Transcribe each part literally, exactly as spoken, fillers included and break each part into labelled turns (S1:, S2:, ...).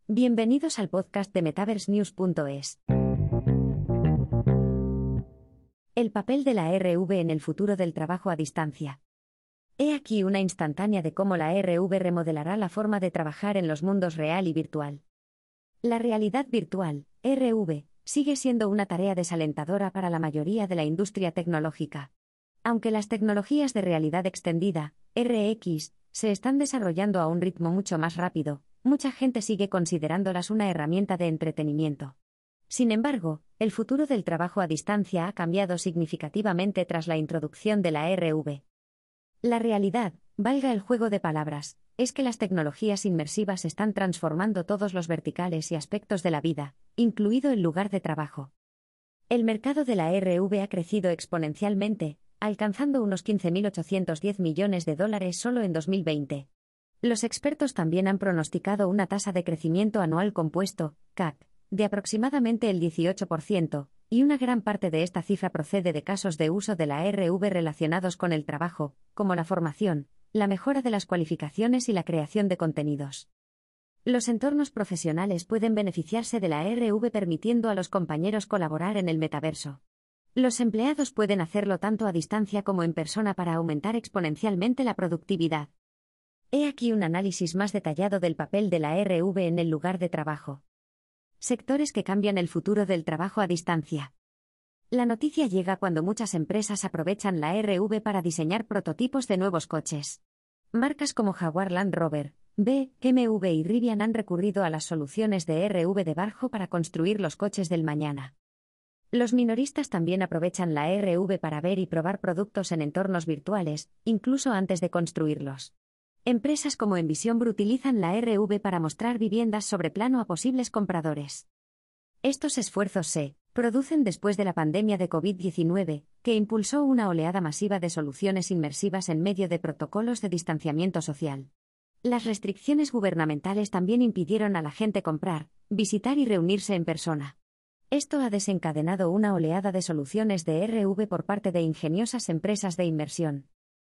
S1: Bienvenidos al podcast de Metaverse News punto es. El papel de la R V en el futuro del trabajo a distancia. He aquí una instantánea de cómo la R V remodelará la forma de trabajar en los mundos real y virtual. La realidad virtual, R V, sigue siendo una tarea desalentadora para la mayoría de la industria tecnológica. Aunque las tecnologías de realidad extendida, R X, se están desarrollando a un ritmo mucho más rápido, mucha gente sigue considerándolas una herramienta de entretenimiento. Sin embargo, el futuro del trabajo a distancia ha cambiado significativamente tras la introducción de la R V. La realidad, valga el juego de palabras, es que las tecnologías inmersivas están transformando todos los verticales y aspectos de la vida, incluido el lugar de trabajo. El mercado de la R V ha crecido exponencialmente, alcanzando unos quince mil ochocientos diez millones de dólares solo en dos mil veinte. Los expertos también han pronosticado una tasa de crecimiento anual compuesto, C A C, de aproximadamente el dieciocho por ciento, y una gran parte de esta cifra procede de casos de uso de la R V relacionados con el trabajo, como la formación, la mejora de las cualificaciones y la creación de contenidos. Los entornos profesionales pueden beneficiarse de la R V permitiendo a los compañeros colaborar en el metaverso. Los empleados pueden hacerlo tanto a distancia como en persona para aumentar exponencialmente la productividad. He aquí un análisis más detallado del papel de la R V en el lugar de trabajo. Sectores que cambian el futuro del trabajo a distancia. La noticia llega cuando muchas empresas aprovechan la R V para diseñar prototipos de nuevos coches. Marcas como Jaguar Land Rover, B M W y Rivian han recurrido a las soluciones de R V de Barjo para construir los coches del mañana. Los minoristas también aprovechan la R V para ver y probar productos en entornos virtuales, incluso antes de construirlos. Empresas como Envision utilizan la R V para mostrar viviendas sobre plano a posibles compradores. Estos esfuerzos se producen después de la pandemia de COVID diecinueve, que impulsó una oleada masiva de soluciones inmersivas en medio de protocolos de distanciamiento social. Las restricciones gubernamentales también impidieron a la gente comprar, visitar y reunirse en persona. Esto ha desencadenado una oleada de soluciones de R V por parte de ingeniosas empresas de inmersión.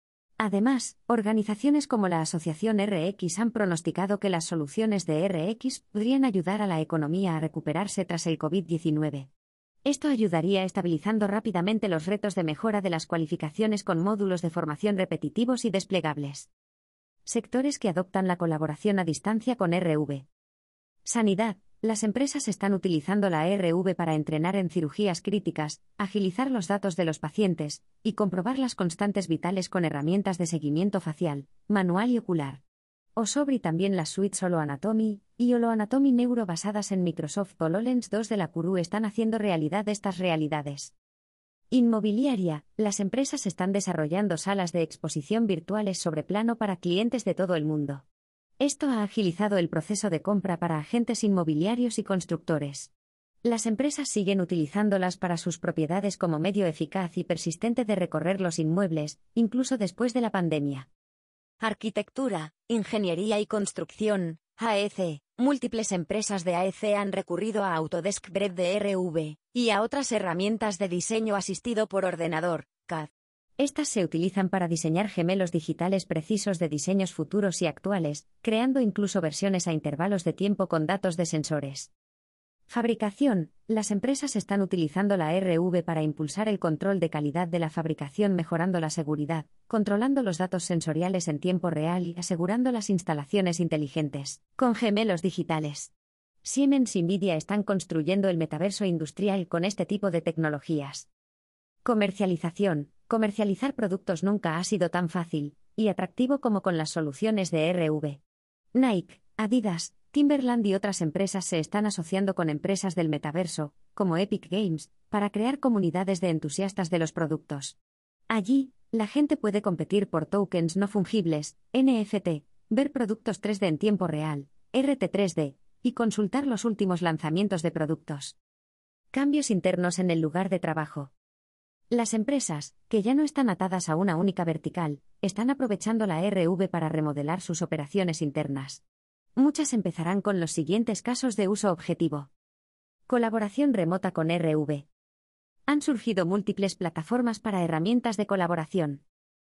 S1: Además, organizaciones como la Asociación R X han pronosticado que las soluciones de R X podrían ayudar a la economía a recuperarse tras el COVID diecinueve. Esto ayudaría estabilizando rápidamente los retos de mejora de las cualificaciones con módulos de formación repetitivos y desplegables. Sectores que adoptan la colaboración a distancia con R V. Sanidad. Las empresas están utilizando la R V para entrenar en cirugías críticas, agilizar los datos de los pacientes, y comprobar las constantes vitales con herramientas de seguimiento facial, manual y ocular. Osobri también las suites HoloAnatomy y HoloAnatomy Neuro basadas en Microsoft HoloLens dos de la Curu están haciendo realidad estas realidades. Inmobiliaria. Las empresas están desarrollando salas de exposición virtuales sobre plano para clientes de todo el mundo. Esto ha agilizado el proceso de compra para agentes inmobiliarios y constructores. Las empresas siguen utilizándolas para sus propiedades como medio eficaz y persistente de recorrer los inmuebles, incluso después de la pandemia. Arquitectura, ingeniería y construcción, A E C. Múltiples empresas de A E C han recurrido a Autodesk Bread de R V, y a otras herramientas de diseño asistido por ordenador, C A D. Estas se utilizan para diseñar gemelos digitales precisos de diseños futuros y actuales, creando incluso versiones a intervalos de tiempo con datos de sensores. Fabricación. Las empresas están utilizando la R V para impulsar el control de calidad de la fabricación mejorando la seguridad, controlando los datos sensoriales en tiempo real y asegurando las instalaciones inteligentes, con gemelos digitales. Siemens y Nvidia están construyendo el metaverso industrial con este tipo de tecnologías. Comercialización. Comercializar productos nunca ha sido tan fácil y atractivo como con las soluciones de R V. Nike, Adidas, Timberland y otras empresas se están asociando con empresas del metaverso, como Epic Games, para crear comunidades de entusiastas de los productos. Allí, la gente puede competir por tokens no fungibles, N F T, ver productos tres D en tiempo real, R T tres D, y consultar los últimos lanzamientos de productos. Cambios internos en el lugar de trabajo. Las empresas, que ya no están atadas a una única vertical, están aprovechando la R V para remodelar sus operaciones internas. Muchas empezarán con los siguientes casos de uso objetivo. Colaboración remota con R V. Han surgido múltiples plataformas para herramientas de colaboración.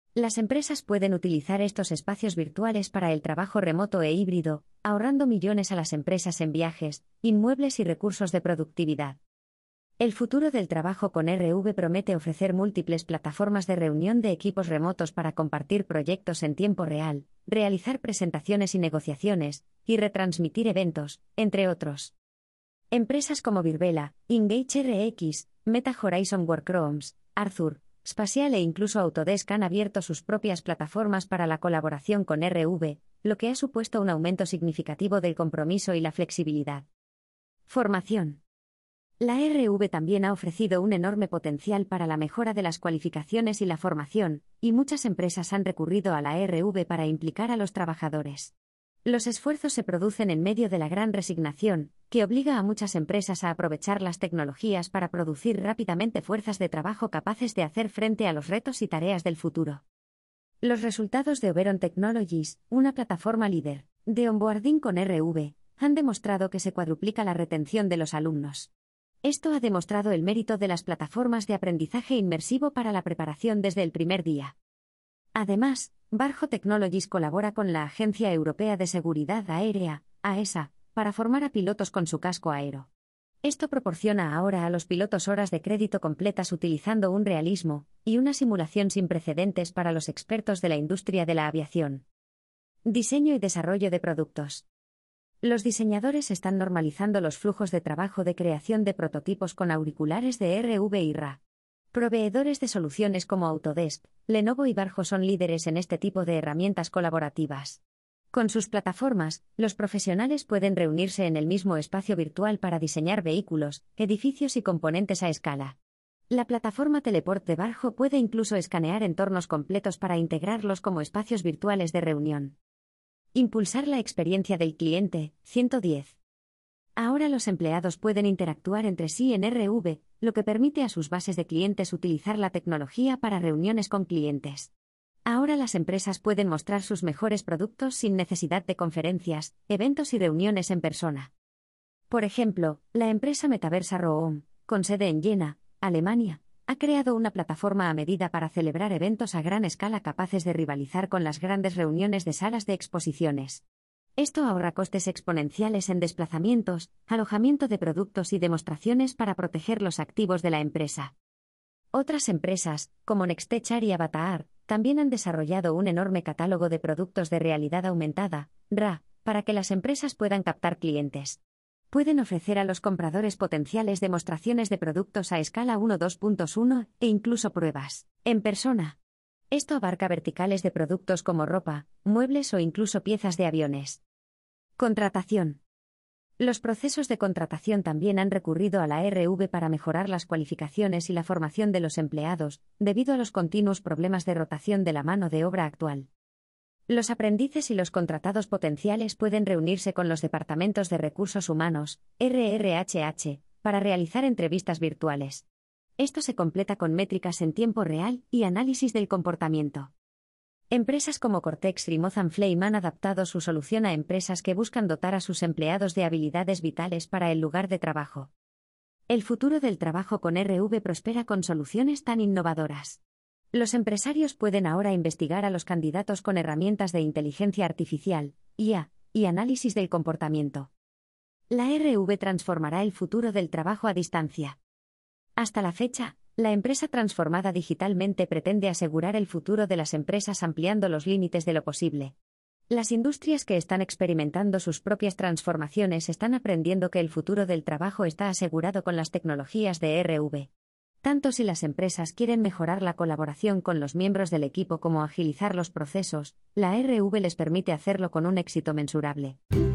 S1: Las empresas pueden utilizar estos espacios virtuales para el trabajo remoto e híbrido, ahorrando millones a las empresas en viajes, inmuebles y recursos de productividad. El futuro del trabajo con R V promete ofrecer múltiples plataformas de reunión de equipos remotos para compartir proyectos en tiempo real, realizar presentaciones y negociaciones, y retransmitir eventos, entre otros. Empresas como Virbela, EngageRx, Meta Horizon Workrooms, Arthur, Spatial e incluso Autodesk han abierto sus propias plataformas para la colaboración con R V, lo que ha supuesto un aumento significativo del compromiso y la flexibilidad. Formación. La R V también ha ofrecido un enorme potencial para la mejora de las cualificaciones y la formación, y muchas empresas han recurrido a la R V para implicar a los trabajadores. Los esfuerzos se producen en medio de la gran resignación, que obliga a muchas empresas a aprovechar las tecnologías para producir rápidamente fuerzas de trabajo capaces de hacer frente a los retos y tareas del futuro. Los resultados de Oberon Technologies, una plataforma líder de onboarding con R V, han demostrado que se cuadruplica la retención de los alumnos. Esto ha demostrado el mérito de las plataformas de aprendizaje inmersivo para la preparación desde el primer día. Además, Barjo Technologies colabora con la Agencia Europea de Seguridad Aérea, A E S A, para formar a pilotos con su casco aero. Esto proporciona ahora a los pilotos horas de crédito completas utilizando un realismo y una simulación sin precedentes para los expertos de la industria de la aviación. Diseño y desarrollo de productos. Los diseñadores están normalizando los flujos de trabajo de creación de prototipos con auriculares de R V y R A. Proveedores de soluciones como Autodesk, Lenovo y Barjo son líderes en este tipo de herramientas colaborativas. Con sus plataformas, los profesionales pueden reunirse en el mismo espacio virtual para diseñar vehículos, edificios y componentes a escala. La plataforma Teleport de Barjo puede incluso escanear entornos completos para integrarlos como espacios virtuales de reunión. Impulsar la experiencia del cliente, ciento diez. Ahora los empleados pueden interactuar entre sí en R V, lo que permite a sus bases de clientes utilizar la tecnología para reuniones con clientes. Ahora las empresas pueden mostrar sus mejores productos sin necesidad de conferencias, eventos y reuniones en persona. Por ejemplo, la empresa Metaversa Room, con sede en Jena, Alemania, ha creado una plataforma a medida para celebrar eventos a gran escala capaces de rivalizar con las grandes reuniones de salas de exposiciones. Esto ahorra costes exponenciales en desplazamientos, alojamiento de productos y demostraciones para proteger los activos de la empresa. Otras empresas, como Nextechar y Avatar, también han desarrollado un enorme catálogo de productos de realidad aumentada, R A, para que las empresas puedan captar clientes. Pueden ofrecer a los compradores potenciales demostraciones de productos a escala uno punto dos punto uno e incluso pruebas en persona. Esto abarca verticales de productos como ropa, muebles o incluso piezas de aviones. Contratación. Los procesos de contratación también han recurrido a la R V para mejorar las cualificaciones y la formación de los empleados, debido a los continuos problemas de rotación de la mano de obra actual. Los aprendices y los contratados potenciales pueden reunirse con los departamentos de recursos humanos, R R H H, para realizar entrevistas virtuales. Esto se completa con métricas en tiempo real y análisis del comportamiento. Empresas como Cortex y Mozan Flame han adaptado su solución a empresas que buscan dotar a sus empleados de habilidades vitales para el lugar de trabajo. El futuro del trabajo con R V prospera con soluciones tan innovadoras. Los empresarios pueden ahora investigar a los candidatos con herramientas de inteligencia artificial, I A, y análisis del comportamiento. La R V transformará el futuro del trabajo a distancia. Hasta la fecha, la empresa transformada digitalmente pretende asegurar el futuro de las empresas ampliando los límites de lo posible. Las industrias que están experimentando sus propias transformaciones están aprendiendo que el futuro del trabajo está asegurado con las tecnologías de R V. Tanto si las empresas quieren mejorar la colaboración con los miembros del equipo como agilizar los procesos, la R V les permite hacerlo con un éxito mensurable.